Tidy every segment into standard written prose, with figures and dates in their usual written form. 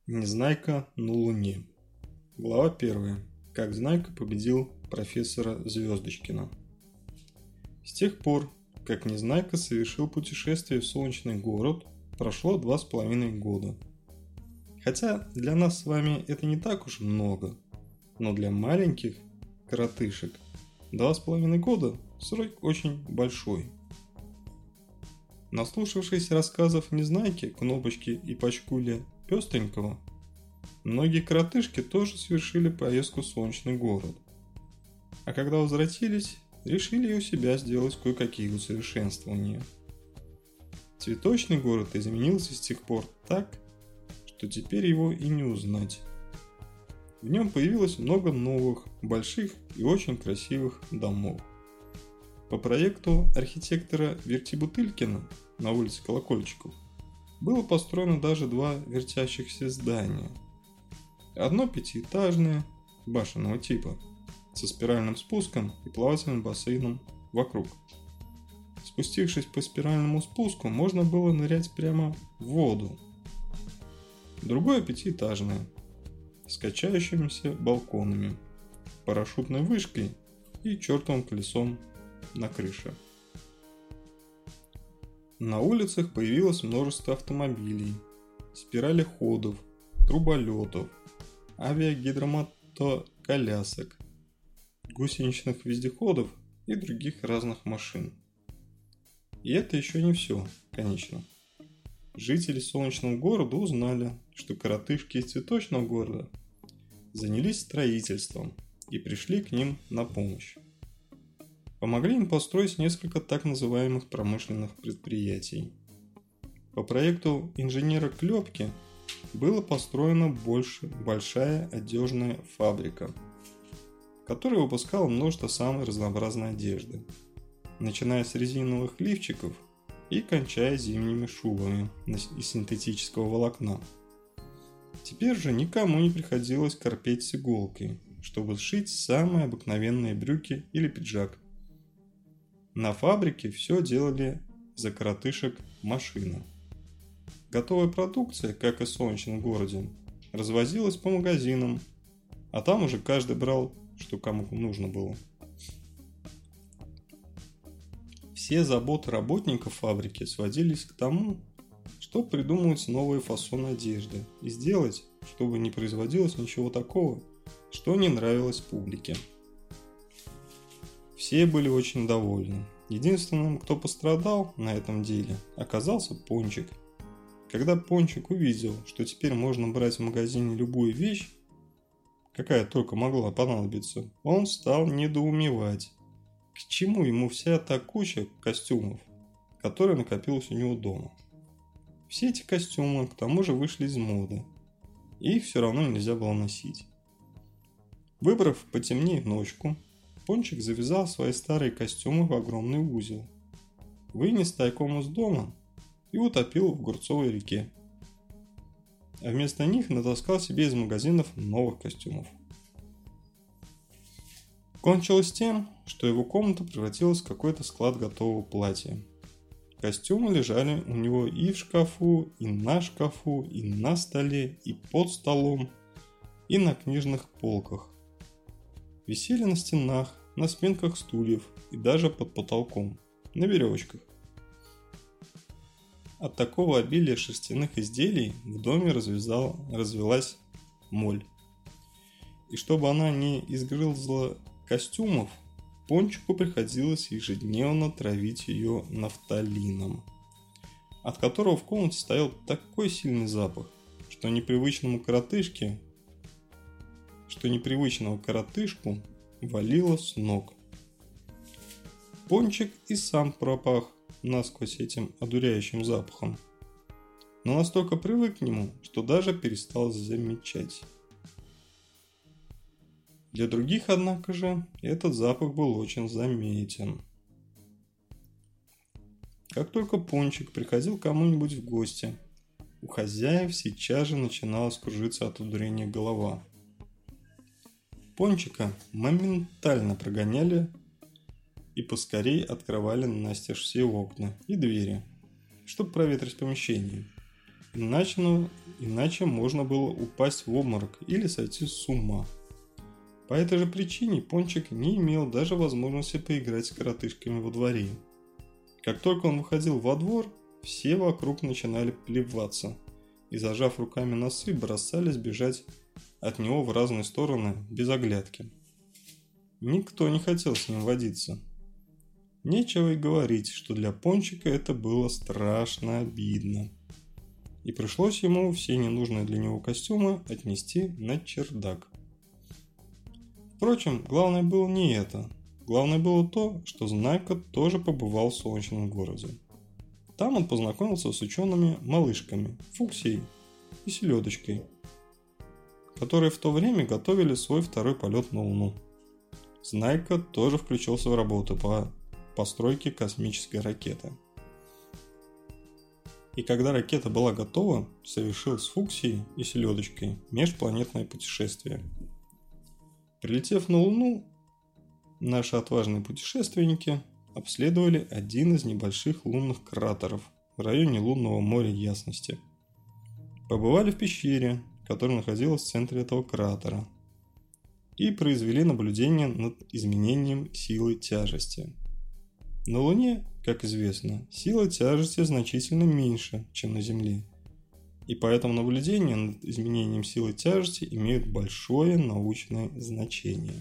Незнайка на Луне. Глава 1. Как Знайка победил профессора Звездочкина. С тех пор, как Незнайка совершил путешествие в солнечный город, прошло 2,5 года. Хотя для нас с вами это не так уж много, но для маленьких коротышек 2,5 года срок очень большой. Наслушавшись рассказов Незнайки, Кнопочки и Пачкули Пестренького, многие коротышки тоже совершили поездку в солнечный город. А когда возвратились, решили и у себя сделать кое-какие усовершенствования. Цветочный город изменился с тех пор так, что теперь его и не узнать. В нем появилось много новых, больших и очень красивых домов. По проекту архитектора Вертибутылькина на улице Колокольчиков было построено даже 2 вертящихся здания. Одно 5-этажное, башенного типа, со спиральным спуском и плавательным бассейном вокруг. Спустившись по спиральному спуску, можно было нырять прямо в воду. Другое 5-этажное, с качающимися балконами, парашютной вышкой и чертовым колесом на крыше. На улицах появилось множество автомобилей, спиралеходов, труболетов, авиагидромотоколясок, гусеничных вездеходов и других разных машин. И это еще не все, конечно. Жители солнечного города узнали, что коротышки из цветочного города занялись строительством и пришли к ним на помощь. Помогли им построить несколько так называемых промышленных предприятий. По проекту инженера Клепки была построена большая одежная фабрика, которая выпускала множество самой разнообразной одежды, начиная с резиновых лифчиков и кончая зимними шубами из синтетического волокна. Теперь же никому не приходилось корпеть с иголкой, чтобы сшить самые обыкновенные брюки или пиджак. На фабрике все делали за коротышек машины. Готовая продукция, как и в солнечном городе, развозилась по магазинам, а там уже каждый брал, что кому нужно было. Все заботы работников фабрики сводились к тому, чтобы придумывать новые фасоны одежды и сделать, чтобы не производилось ничего такого, что не нравилось публике. Все были очень довольны. Единственным, кто пострадал на этом деле, оказался Пончик. Когда Пончик увидел, что теперь можно брать в магазине любую вещь, какая только могла понадобиться, он стал недоумевать, к чему ему вся та куча костюмов, которая накопилась у него дома. Все эти костюмы к тому же вышли из моды, и их все равно нельзя было носить. Выбрав потемнее ночку, Пончик завязал свои старые костюмы в огромный узел, вынес тайком из дома и утопил в Огурцовой реке. А вместо них натаскал себе из магазинов новых костюмов. Кончилось тем, что его комната превратилась в какой-то склад готового платья. Костюмы лежали у него и в шкафу, и на столе, и под столом, и на книжных полках. Висели на стенах, на спинках стульев и даже под потолком, на веревочках. От такого обилия шерстяных изделий в доме развелась моль. И чтобы она не изгрызла костюмов, Пончику приходилось ежедневно травить ее нафталином, от которого в комнате стоял такой сильный запах, что непривычного коротышку валило с ног. Пончик и сам пропах насквозь этим одуряющим запахом, но настолько привык к нему, что даже перестал замечать. Для других, однако же, этот запах был очень заметен. Как только Пончик приходил к кому-нибудь в гости, у хозяев сейчас же начиналась кружиться от одурения голова. Пончика моментально прогоняли и поскорей открывали настежь все окна и двери, чтобы проветрить помещение. иначе можно было упасть в обморок или сойти с ума. По этой же причине Пончик не имел даже возможности поиграть с коротышками во дворе. Как только он выходил во двор, все вокруг начинали плеваться и, зажав руками носы, бросались бежать от него в разные стороны без оглядки. Никто не хотел с ним водиться. Нечего и говорить, что для Пончика это было страшно обидно. И пришлось ему все ненужные для него костюмы отнести на чердак. Впрочем, главное было не это. Главное было то, что Знайка тоже побывал в Солнечном городе. Там он познакомился с учеными-малышками Фуксией и Селедочкой, которые в то время готовили свой второй полет на Луну. Знайка тоже включился в работу по постройке космической ракеты. И когда ракета была готова, совершил с Фуксией и Селедочкой межпланетное путешествие. Прилетев на Луну, наши отважные путешественники обследовали один из небольших лунных кратеров в районе лунного моря Ясности. Побывали в пещере, которая находилась в центре этого кратера, и произвели наблюдение над изменением силы тяжести. На Луне, как известно, сила тяжести значительно меньше, чем на Земле, и поэтому наблюдения над изменением силы тяжести имеют большое научное значение.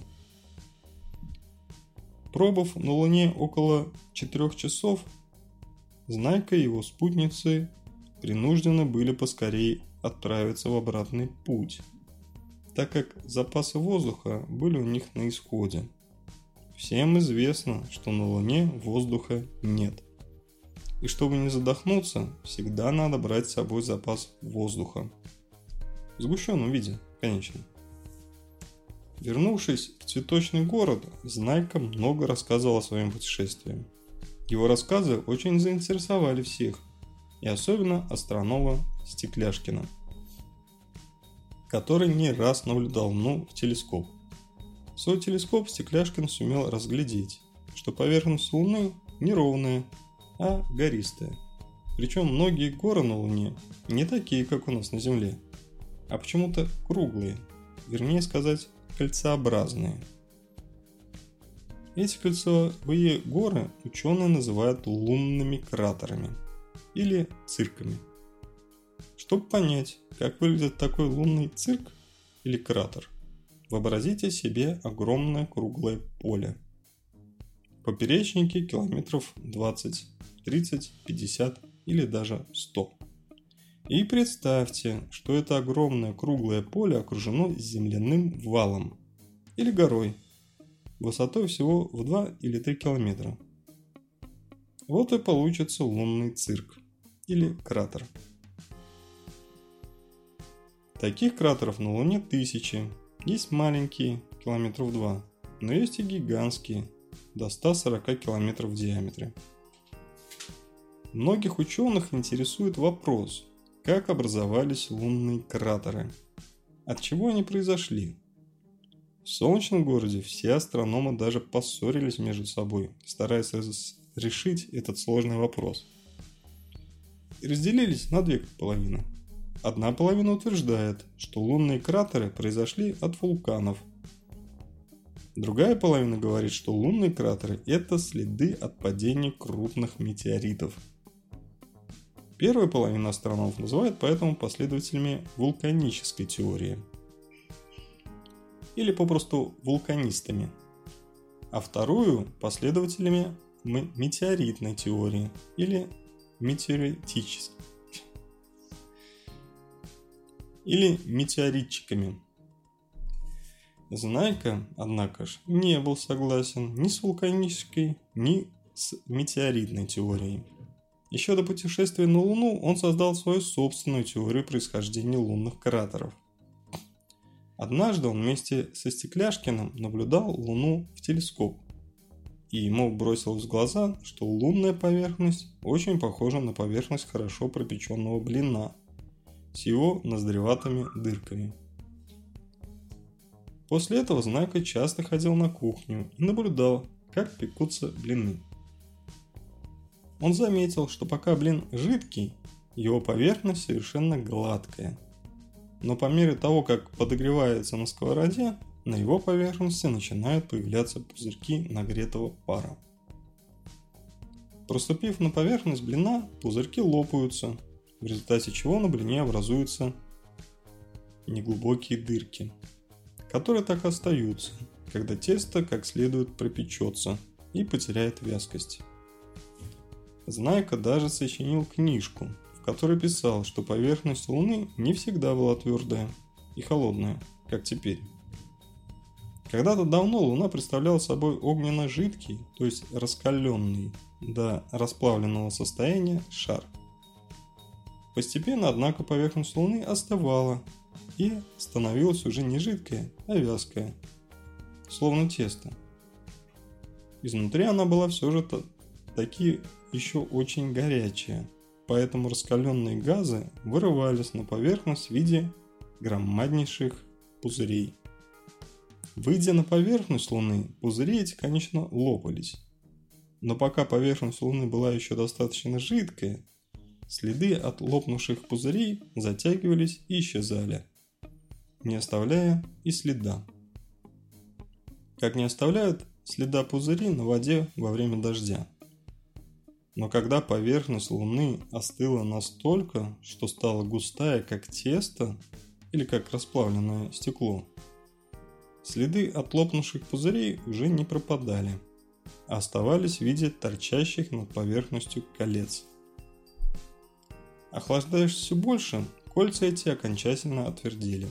Пробыв на Луне около 4 часов, Знайка и его спутницы принуждены были поскорее отправиться в обратный путь, так как запасы воздуха были у них на исходе. Всем известно, что на Луне воздуха нет. И чтобы не задохнуться, всегда надо брать с собой запас воздуха. В сгущенном виде, конечно. Вернувшись в цветочный город, Знайка много рассказывал о своем путешествии. Его рассказы очень заинтересовали всех, и особенно астронома Стекляшкина, который не раз наблюдал Луну в телескоп. В свой телескоп Стекляшкин сумел разглядеть, что поверхность Луны неровная, а гористая. Причем многие горы на Луне не такие, как у нас на Земле, а почему-то круглые, вернее сказать, кольцеобразные. Эти кольцевые горы ученые называют лунными кратерами или цирками. Чтобы понять, как выглядит такой лунный цирк или кратер, вообразите себе огромное круглое поле. Поперечники километров 20, 30, 50 или даже 100. И представьте, что это огромное круглое поле окружено земляным валом или горой, высотой всего в 2 или 3 километра. Вот и получится лунный цирк или кратер. Таких кратеров на Луне тысячи. Есть маленькие, километров 2, но есть и гигантские, до 140 километров в диаметре. Многих ученых интересует вопрос, как образовались лунные кратеры, от чего они произошли. В Солнечном городе все астрономы даже поссорились между собой, стараясь решить этот сложный вопрос. И разделились на две половины. Одна половина утверждает, что лунные кратеры произошли от вулканов. Другая половина говорит, что лунные кратеры – это следы от падения крупных метеоритов. Первую половину астрономов называют поэтому последователями вулканической теории. Или попросту вулканистами. А вторую – последователями метеоритной теории или метеоритической. Или метеоритчиками. Знайка, однако же, не был согласен ни с вулканической, ни с метеоритной теорией. Еще до путешествия на Луну он создал свою собственную теорию происхождения лунных кратеров. Однажды он вместе со Стекляшкиным наблюдал Луну в телескоп, и ему бросилось в глаза, что лунная поверхность очень похожа на поверхность хорошо пропеченного блина с его ноздреватыми дырками. После этого Знайка часто ходил на кухню и наблюдал, как пекутся блины. Он заметил, что пока блин жидкий, Его поверхность совершенно гладкая. Но по мере того, как подогревается на сковороде, на его поверхности начинают появляться пузырьки нагретого пара. Проступив на поверхность блина, пузырьки лопаются, в результате чего на блине образуются неглубокие дырки, которые так и остаются, когда тесто как следует пропечется и потеряет вязкость. Знайка даже сочинил книжку, в которой писал, что поверхность Луны не всегда была твердая и холодная, как теперь. Когда-то давно Луна представляла собой огненно-жидкий, то есть раскаленный до расплавленного состояния шар. Постепенно, однако, поверхность Луны остывала и становилась уже не жидкая, а вязкая, словно тесто. Изнутри она была все же таки еще очень горячая, поэтому раскаленные газы вырывались на поверхность в виде громаднейших пузырей. Выйдя на поверхность Луны, пузыри эти, конечно, лопались. Но пока поверхность Луны была еще достаточно жидкая, следы от лопнувших пузырей затягивались и исчезали, не оставляя и следа. Как не оставляют следа пузыри на воде во время дождя. Но когда поверхность Луны остыла настолько, что стала густая, как тесто или как расплавленное стекло, следы от лопнувших пузырей уже не пропадали, а оставались в виде торчащих над поверхностью колец. Охлаждаешь все больше, кольца эти окончательно отвердели.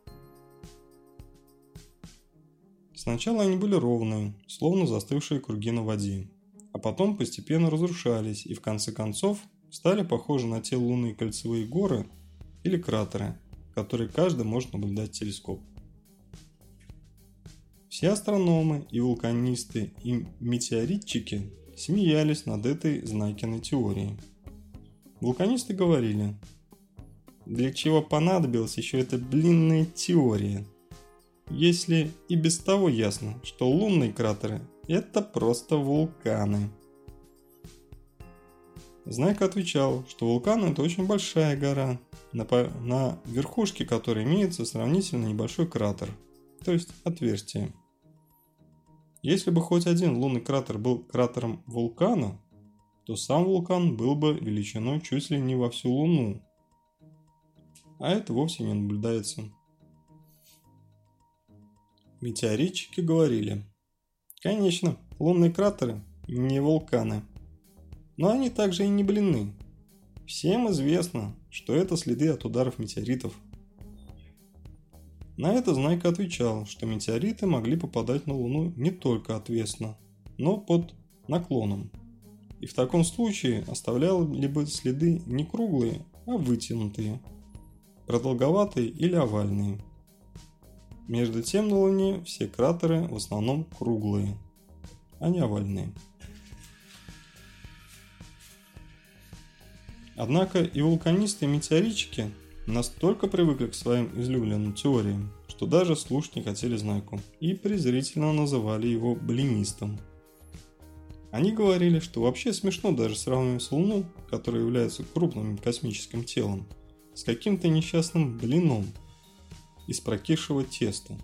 Сначала они были ровные, словно застывшие круги на воде, а потом постепенно разрушались и в конце концов стали похожи на те лунные кольцевые горы или кратеры, которые каждый может наблюдать в телескоп. Все астрономы и вулканисты и метеоритчики смеялись над этой Знайкиной теорией. Вулканисты говорили: для чего понадобилась еще эта блинная теория, если и без того ясно, что лунные кратеры – это просто вулканы. Знайка отвечал, что вулкан – это очень большая гора, на верхушке которой имеется сравнительно небольшой кратер, то есть отверстие. Если бы хоть один лунный кратер был кратером вулкана, то сам вулкан был бы величиной чуть ли не во всю Луну. А это вовсе не наблюдается. Метеоритчики говорили: конечно, лунные кратеры не вулканы, но они также и не блины. Всем известно, что это следы от ударов метеоритов. На это Знайка отвечал, что метеориты могли попадать на Луну не только отвесно, но под наклоном. И в таком случае оставляли бы следы не круглые, а вытянутые, продолговатые или овальные. Между тем на Луне все кратеры в основном круглые, а не овальные. Однако и вулканисты, и метеоритчики настолько привыкли к своим излюбленным теориям, что даже слушать не хотели Знайку и презрительно называли его блинистом. Они говорили, что вообще смешно даже сравнивать Луну, которая является крупным космическим телом, с каким-то несчастным блином из прокисшего теста.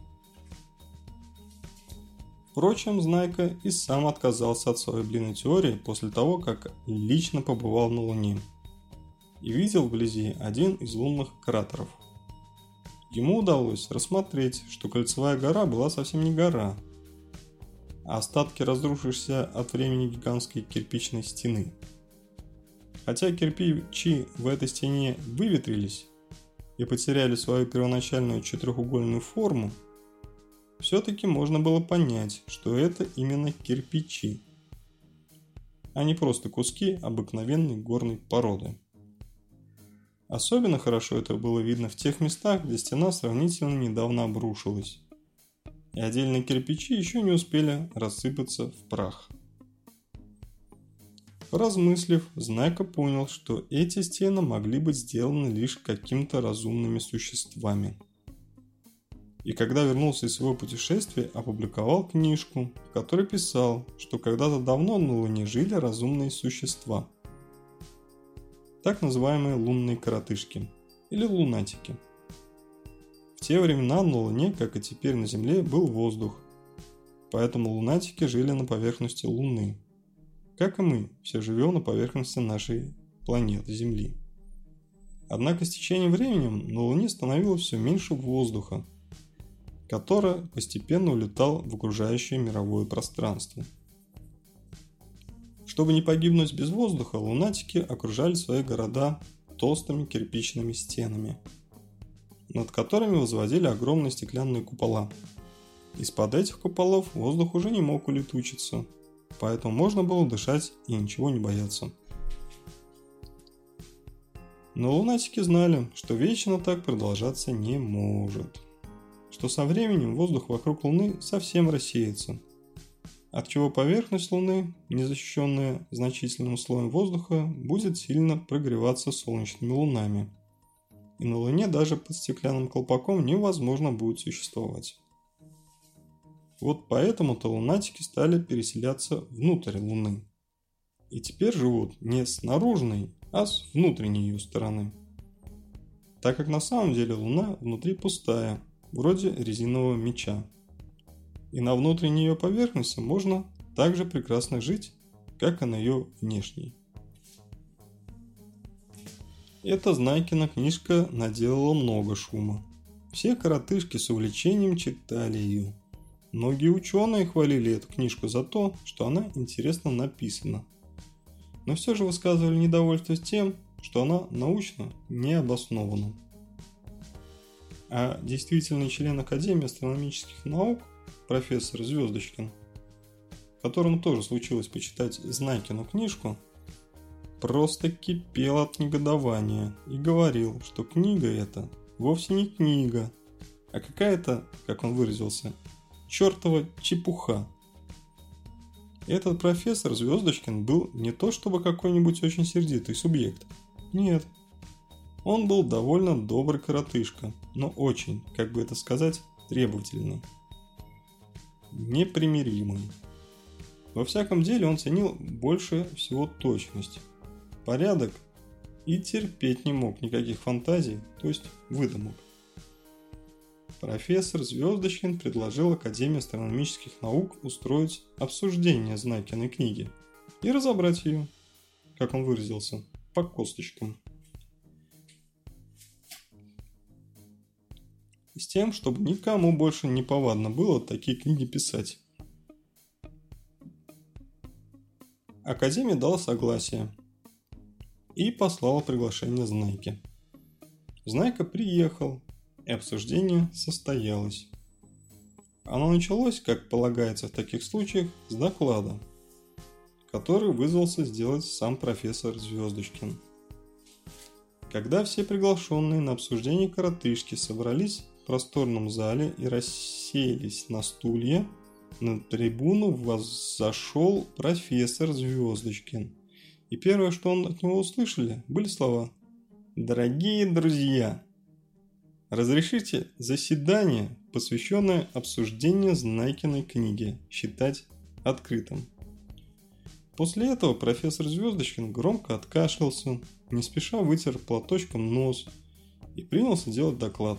Впрочем, Знайка и сам отказался от своей блинной теории после того, как лично побывал на Луне и видел вблизи один из лунных кратеров. Ему удалось рассмотреть, что кольцевая гора была совсем не гора, а остатки разрушившейся от времени гигантской кирпичной стены. Хотя кирпичи в этой стене выветрились и потеряли свою первоначальную четырехугольную форму, все-таки можно было понять, что это именно кирпичи, а не просто куски обыкновенной горной породы. Особенно хорошо это было видно в тех местах, где стена сравнительно недавно обрушилась, и отдельные кирпичи еще не успели рассыпаться в прах. Поразмыслив, Знайка понял, что эти стены могли быть сделаны лишь какими-то разумными существами. И когда вернулся из своего путешествия, опубликовал книжку, в которой писал, что когда-то давно на Луне жили разумные существа. так называемые лунные коротышки или лунатики. В те времена на Луне, как и теперь на Земле, был воздух, поэтому лунатики жили на поверхности Луны, как и мы все живем на поверхности нашей планеты Земли. Однако с течением времени на Луне становилось все меньше воздуха, который постепенно улетал в окружающее мировое пространство. Чтобы не погибнуть без воздуха, лунатики окружали свои города толстыми кирпичными стенами, над которыми возводили огромные стеклянные купола. Из-под этих куполов воздух уже не мог улетучиться, поэтому можно было дышать и ничего не бояться. Но лунатики знали, что вечно так продолжаться не может, что со временем воздух вокруг Луны совсем рассеется, отчего поверхность Луны, не защищенная значительным слоем воздуха, будет сильно прогреваться солнечными лунами, и на Луне даже под стеклянным колпаком невозможно будет существовать. Вот поэтому-то лунатики стали переселяться внутрь Луны, и теперь живут не с наружной, а с внутренней ее стороны, так как на самом деле Луна внутри пустая, вроде резинового мяча, и на внутренней ее поверхности можно так же прекрасно жить, как и на ее внешней. Эта Знайкина книжка наделала много шума. Все коротышки с увлечением читали ее. Многие ученые хвалили эту книжку за то, что она интересно написана, но все же высказывали недовольство тем, что она научно не обоснована. А действительный член Академии астрономических наук, профессор Звездочкин, которому тоже случилось почитать Знайкину книжку, просто кипел от негодования и говорил, что книга эта вовсе не книга, а какая-то, как он выразился, чертова чепуха. Этот профессор Звездочкин был не то чтобы какой-нибудь очень сердитый субъект. Нет. Он был довольно добрый коротышка, но очень, как бы это сказать, требовательный. Непримиримый. Во всяком деле он ценил больше всего точность, порядок и терпеть не мог никаких фантазий, то есть выдумок. Профессор Звездочкин предложил Академии астрономических наук устроить обсуждение Знайкиной книги и разобрать ее, как он выразился, по косточкам. С тем, чтобы никому больше не повадно было такие книги писать. Академия дала согласие и послала приглашение Знайке. Знайка приехал, и обсуждение состоялось. Оно началось, как полагается в таких случаях, с доклада, который вызвался сделать сам профессор Звездочкин. Когда все приглашенные на обсуждение коротышки собрались в просторном зале и расселись на стулья, на трибуну взошел профессор Звездочкин. И первое, что он от него услышали, были слова: «Дорогие друзья, разрешите заседание, посвященное обсуждению Знайкиной книги, считать открытым». После этого профессор Звездочкин громко откашлялся, не спеша вытер платочком нос и принялся делать доклад.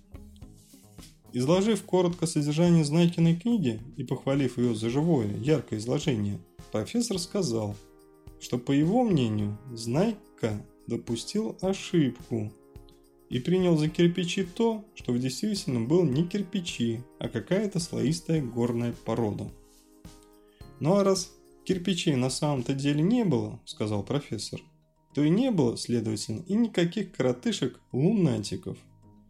Изложив коротко содержание Знайкиной книги и похвалив ее за живое, яркое изложение, профессор сказал, что, по его мнению, Знайка допустил ошибку и принял за кирпичи то, что в действительности было не кирпичи, а какая-то слоистая горная порода. «Ну а раз кирпичей на самом-то деле не было, — сказал профессор, — то и не было, следовательно, и никаких коротышек-лунатиков.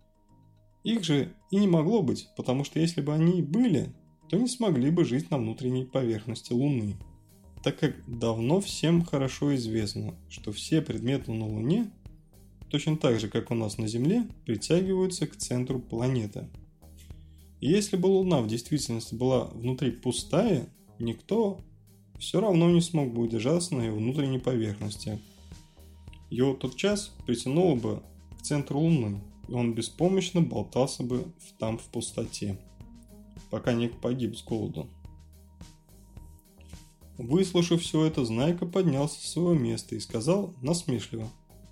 Их же и не могло быть, потому что если бы они и были, то не смогли бы жить на внутренней поверхности Луны, так как давно всем хорошо известно, что все предметы на Луне, точно так же, как у нас на Земле, притягиваются к центру планеты. И если бы Луна в действительности была внутри пустая, никто все равно не смог бы удержаться на ее внутренней поверхности. Его тотчас притянуло бы к центру Луны, и он беспомощно болтался бы там в пустоте, пока не погиб с голоду. Выслушав все это, Знайка поднялся с своего места и сказал насмешливо: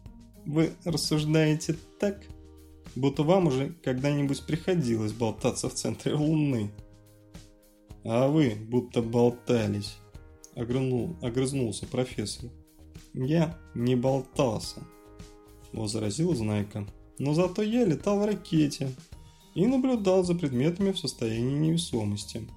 Вы рассуждаете так, будто вам уже когда-нибудь приходилось болтаться в центре Луны. А вы будто болтались, огрызнулся профессор. Я не болтался, возразил Знайка, но зато я летал в ракете и наблюдал за предметами в состоянии невесомости.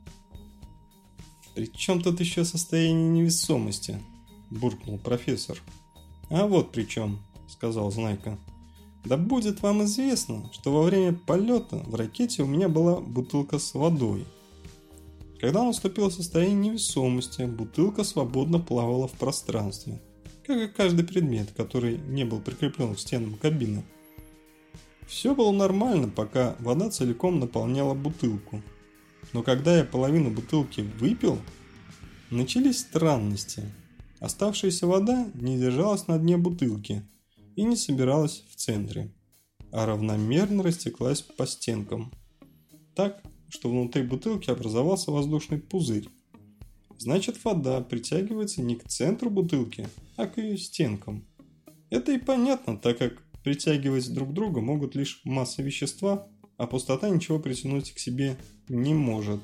«При чем тут еще состояние невесомости?» – буркнул профессор. «А вот при чем», – сказал Знайка. «Да будет вам известно, что во время полета в ракете у меня была бутылка с водой. Когда наступило состояние невесомости, бутылка свободно плавала в пространстве, как и каждый предмет, который не был прикреплен к стенам кабины. Все было нормально, пока вода целиком наполняла бутылку. Но когда я половину бутылки выпил, начались странности. Оставшаяся вода не держалась на дне бутылки и не собиралась в центре, а равномерно растеклась по стенкам. Так, что внутри бутылки образовался воздушный пузырь. Значит, вода притягивается не к центру бутылки, а к ее стенкам. Это и понятно, так как притягивать друг друга могут лишь массы вещества, а пустота ничего притянуть к себе не может.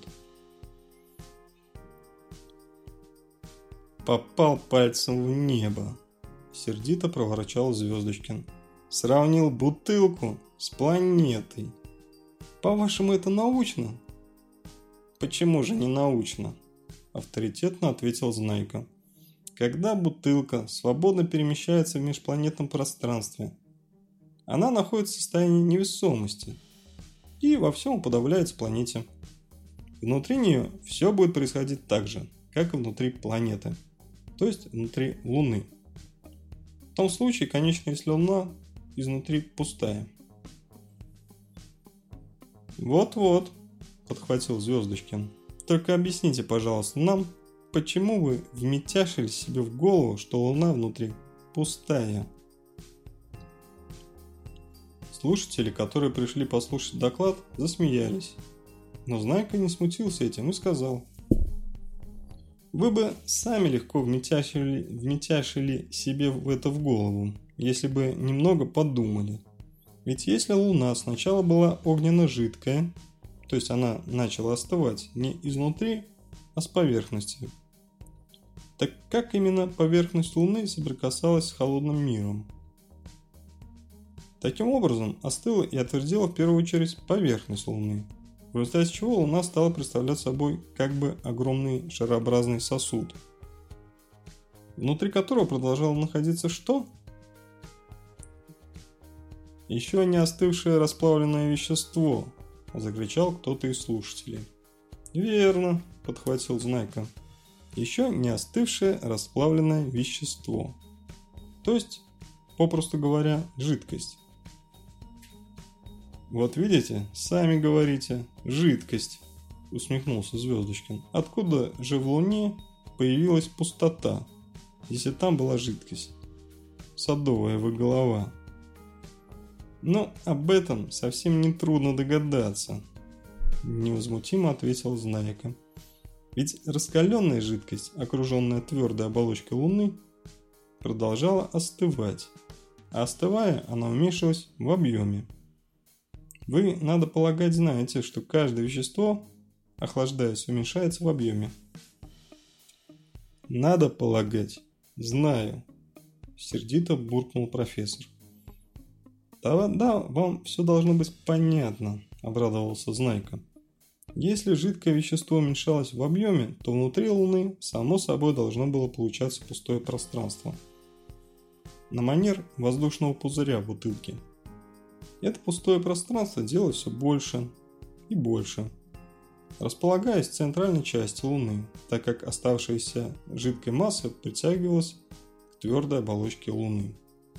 «Попал пальцем в небо», — сердито проворчал Звездочкин. «Сравнил бутылку с планетой. По-вашему, это научно?» «Почему же не научно?» – авторитетно ответил Знайка. «Когда бутылка свободно перемещается в межпланетном пространстве, она находится в состоянии невесомости и во всем уподобляется планете. Внутри нее все будет происходить так же, как и внутри планеты, то есть внутри Луны. В том случае, конечно, если Луна изнутри пустая». «Вот-вот», – подхватил Звездочкин. «Только объясните, пожалуйста, нам, почему вы вмятяшили себе в голову, что Луна внутри пустая?» Слушатели, которые пришли послушать доклад, засмеялись. Но Знайка не смутился этим и сказал: «Вы бы сами легко вмятяшили себе это в голову, если бы немного подумали. Ведь если Луна сначала была огненно-жидкая, то есть она начала остывать не изнутри, а с поверхности, так как именно поверхность Луны соприкасалась с холодным миром? Таким образом, остыла и отвердела в первую очередь поверхность Луны, в результате чего Луна стала представлять собой как бы огромный шарообразный сосуд, внутри которого продолжало находиться что? Еще не остывшее расплавленное вещество, закричал кто-то из слушателей. Верно, подхватил Знайка. Еще не остывшее расплавленное вещество. То есть, попросту говоря, жидкость. Вот видите, сами говорите, жидкость, усмехнулся Звездочкин. Откуда же в Луне появилась пустота, если там была жидкость? Садовая вы голова. Но об этом совсем не трудно догадаться, невозмутимо ответил Знайка. Ведь раскаленная жидкость, окруженная твердой оболочкой Луны, продолжала остывать, а остывая, она уменьшилась в объеме. Вы, надо полагать, знаете, что каждое вещество, охлаждаясь, уменьшается в объеме. Надо полагать, знаю, сердито буркнул профессор. Да, вам все должно быть понятно, обрадовался Знайка. Если жидкое вещество уменьшалось в объеме, то внутри Луны само собой должно было получаться пустое пространство. На манер воздушного пузыря в бутылке. Это пустое пространство делалось все больше и больше, располагаясь в центральной части Луны, так как оставшаяся жидкая масса притягивалась к твердой оболочке Луны.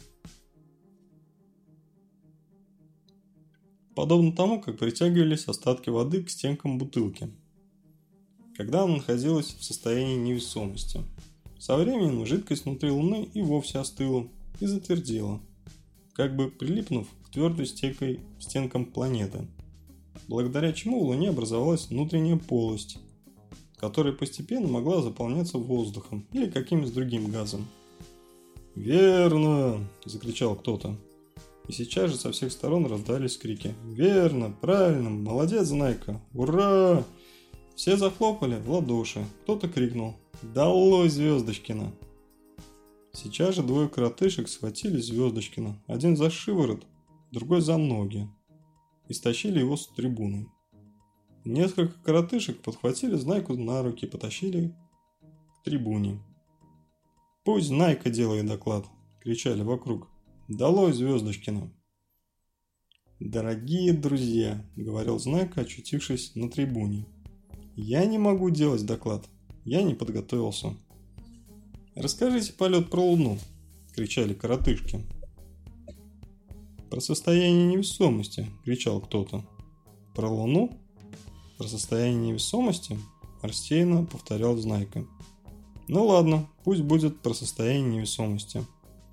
Подобно тому, как притягивались остатки воды к стенкам бутылки, когда она находилась в состоянии невесомости. Со временем жидкость внутри Луны и вовсе остыла и затвердела, как бы прилипнув к твердой стенкам планеты, благодаря чему в Луне образовалась внутренняя полость, которая постепенно могла заполняться воздухом или каким-то другим газом. «Верно!» – закричал кто-то. И сейчас же со всех сторон раздались крики. «Верно! Правильно! Молодец, Знайка! Ура!» Все захлопали в ладоши. Кто-то крикнул: «Долой Звездочкина!» Сейчас же двое коротышек схватили Звездочкина, один за шиворот, другой за ноги, и стащили его с трибуны. Несколько коротышек подхватили Знайку на руки и потащили к трибуне. «Пусть Знайка делает доклад!» – кричали вокруг. «Долой Звездочкина!» «Дорогие друзья!» – говорил Знайка, очутившись на трибуне. «Я не могу делать доклад. Я не подготовился». «Расскажите полет про Луну!» – кричали коротышки. «Про состояние невесомости!» – кричал кто-то. «Про Луну? Про состояние невесомости?» – рассеянно повторял Знайка. «Ну ладно, пусть будет про состояние невесомости».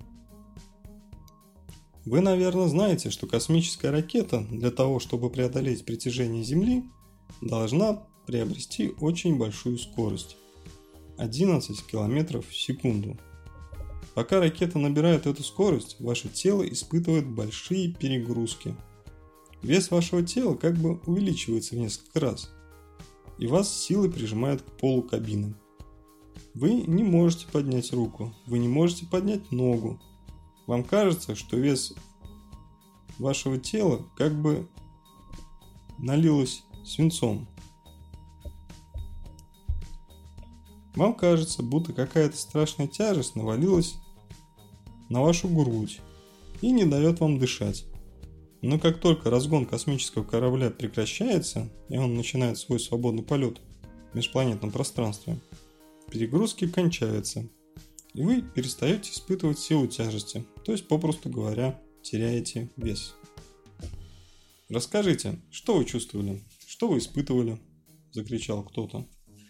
Вы, наверное, знаете, что космическая ракета для того, чтобы преодолеть притяжение Земли, должна приобрести очень большую скорость – 11 км в секунду. Пока ракета набирает эту скорость, ваше тело испытывает большие перегрузки. Вес вашего тела как бы увеличивается в несколько раз, и вас силой прижимает к полу кабины. Вы не можете поднять руку, вы не можете поднять ногу. Вам кажется, что вес вашего тела как бы налилось свинцом. Вам кажется, будто какая-то страшная тяжесть навалилась на вашу грудь и не дает вам дышать. Но как только разгон космического корабля прекращается, и он начинает свой свободный полет в межпланетном пространстве, перегрузки кончаются, и вы перестаете испытывать силу тяжести, то есть, попросту говоря, теряете вес. «Расскажите, что вы чувствовали? Что вы испытывали?» – закричал кто-то.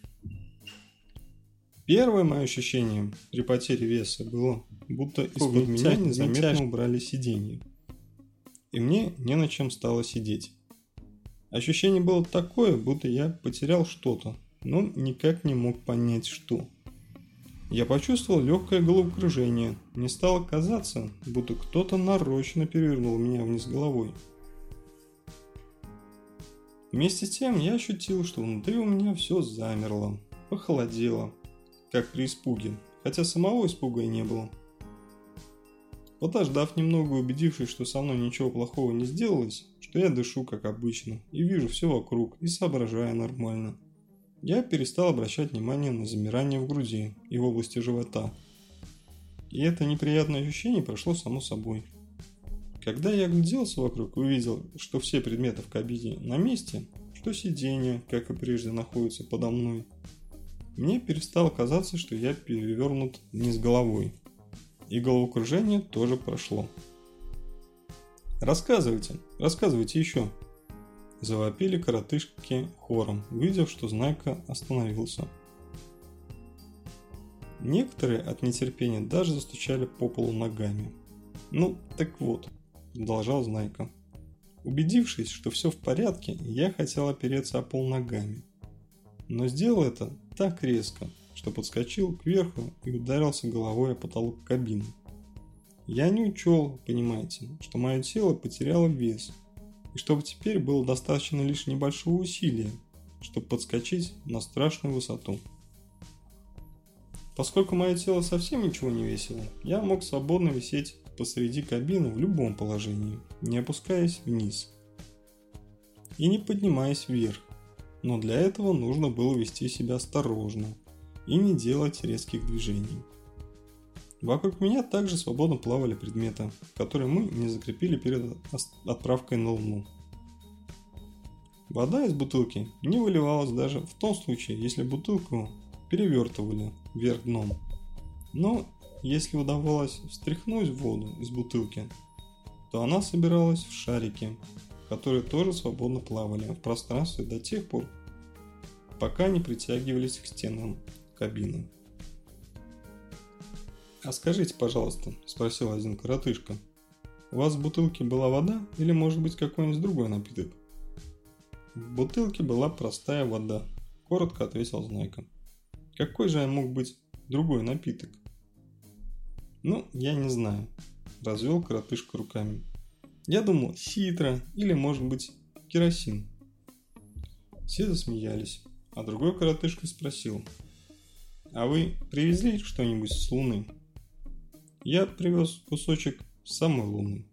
Первое мое ощущение при потере веса было, будто из-под меня незаметно убрали сиденье, и мне не на чем стало сидеть. Ощущение было такое, будто я потерял что-то, но никак не мог понять, что. Я почувствовал легкое головокружение, мне стало казаться, будто кто-то нарочно перевернул меня вниз головой. Вместе с тем я ощутил, что внутри у меня все замерло, похолодело, как при испуге, хотя самого испуга и не было. Подождав немного, убедившись, что со мной ничего плохого не сделалось, что я дышу как обычно и вижу все вокруг и соображаю нормально, я перестал обращать внимание на замирание в груди и в области живота. И это неприятное ощущение прошло само собой. Когда я огляделся вокруг и увидел, что все предметы в кабине на месте, что сиденье, как и прежде, находится подо мной, мне перестало казаться, что я перевернут вниз головой. И головокружение тоже прошло. «Рассказывайте, рассказывайте еще!» Завопили коротышки хором, увидев, что Знайка остановился. Некоторые от нетерпения даже застучали по полу ногами. «Ну, так вот», – продолжал Знайка. Убедившись, что все в порядке, я хотел опереться о пол ногами. Но сделал это так резко, что подскочил кверху и ударился головой о потолок кабины. Я не учел, понимаете, что мое тело потеряло вес, и чтобы теперь было достаточно лишь небольшого усилия, чтобы подскочить на страшную высоту. Поскольку мое тело совсем ничего не весило, я мог свободно висеть посреди кабины в любом положении, не опускаясь вниз и не поднимаясь вверх, но для этого нужно было вести себя осторожно и не делать резких движений. Вокруг меня также свободно плавали предметы, которые мы не закрепили перед отправкой на Луну. Вода из бутылки не выливалась даже в том случае, если бутылку перевертывали вверх дном. Но если удавалось встряхнуть воду из бутылки, то она собиралась в шарики, которые тоже свободно плавали в пространстве до тех пор, пока не притягивались к стенам кабины. «А скажите, пожалуйста», – спросил один коротышка, – «у вас в бутылке была вода или, может быть, какой-нибудь другой напиток?» «В бутылке была простая вода», – коротко ответил Знайка. «Какой же мог быть другой напиток?» Ну, я не знаю. Развел коротышка руками. Я думал, ситра или, может быть, керосин. Все засмеялись, а другой коротышка спросил: а вы привезли что-нибудь с Луны? Я привез кусочек с самой Луны.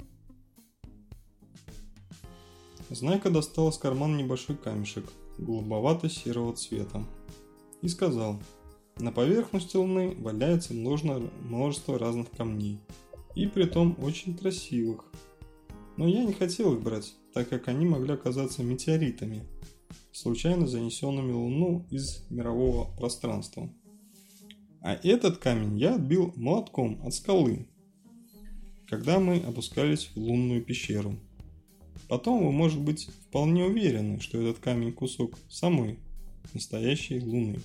Знайка достал из кармана небольшой камешек голубовато-серого цвета и сказал: на поверхности Луны валяется множество разных камней, и притом очень красивых. Но я не хотел их брать, так как они могли оказаться метеоритами, случайно занесенными в Луну из мирового пространства. А этот камень я отбил молотком от скалы, когда мы опускались в лунную пещеру. Потом вы, может быть, вполне уверены, что этот камень кусок самой настоящей Луны.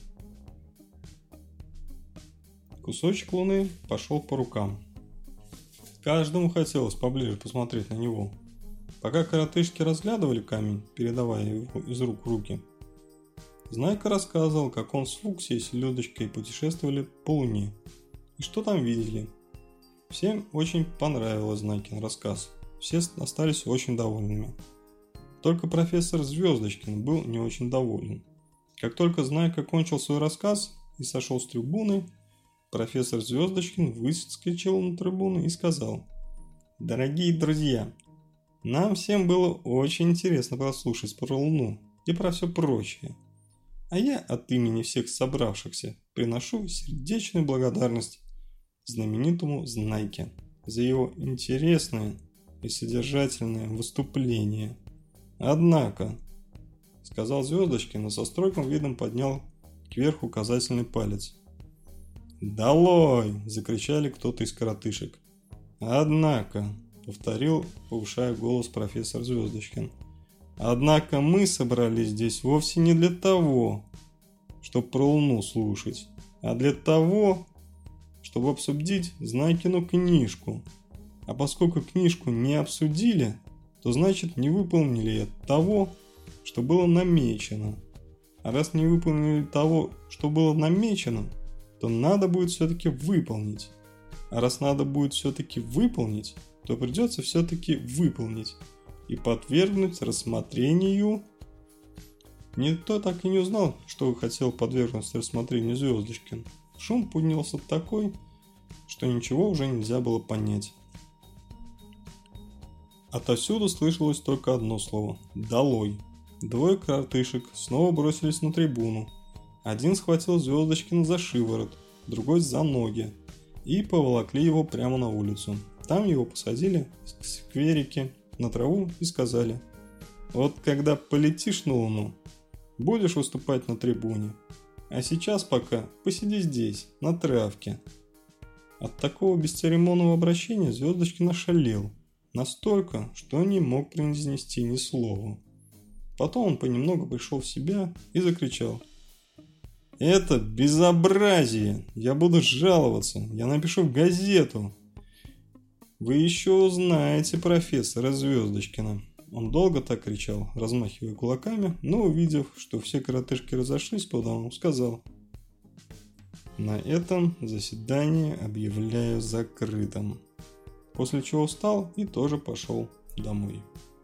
Кусочек Луны пошел по рукам. Каждому хотелось поближе посмотреть на него. Пока коротышки разглядывали камень, передавая его из рук в руки, Знайка рассказывал, как он с Фуксией селедочкой путешествовали по Луне и что там видели. Всем очень понравилось Знайкин рассказ. Все остались очень довольными. Только профессор Звездочкин был не очень доволен. Как только Знайка кончил свой рассказ и сошел с трибуны, профессор Звездочкин выскочил на трибуну и сказал: дорогие друзья, нам всем было очень интересно послушать про Луну и про все прочее. А я от имени всех собравшихся приношу сердечную благодарность знаменитому Знайке за его интересное и содержательное выступление. Однако, сказал Звездочкин, и со строгим видом поднял кверху указательный палец. «Долой!» – закричали кто-то из коротышек. «Однако», – повторил, повышая голос профессор Звездочкин, «однако мы собрались здесь вовсе не для того, чтобы про Луну слушать, а для того, чтобы обсудить Знайкину книжку. А поскольку книжку не обсудили, то значит не выполнили того, что было намечено. А раз не выполнили того, что было намечено, то надо будет все-таки выполнить. А раз надо будет все-таки выполнить, то придется все-таки выполнить и подвергнуть рассмотрению». Никто так и не узнал, что хотел подвергнуть рассмотрению Звездочкин. Шум поднялся такой, что ничего уже нельзя было понять. Отовсюду слышалось только одно слово – «долой». Двое коротышек снова бросились на трибуну. Один схватил Звездочкина за шиворот, другой за ноги и поволокли его прямо на улицу. Там его посадили в скверике на траву и сказали: вот когда полетишь на Луну, будешь выступать на трибуне, а сейчас пока посиди здесь, на травке. От такого бесцеремонного обращения Звездочкин ошалел настолько, что не мог произнести ни слова. Потом он понемногу пришел в себя и закричал: «Это безобразие! Я буду жаловаться! Я напишу в газету!» «Вы еще узнаете профессора Звездочкина!» Он долго так кричал, размахивая кулаками, но, увидев, что все коротышки разошлись по домам, сказал: «На этом заседание объявляю закрытым». После чего встал и тоже пошел домой.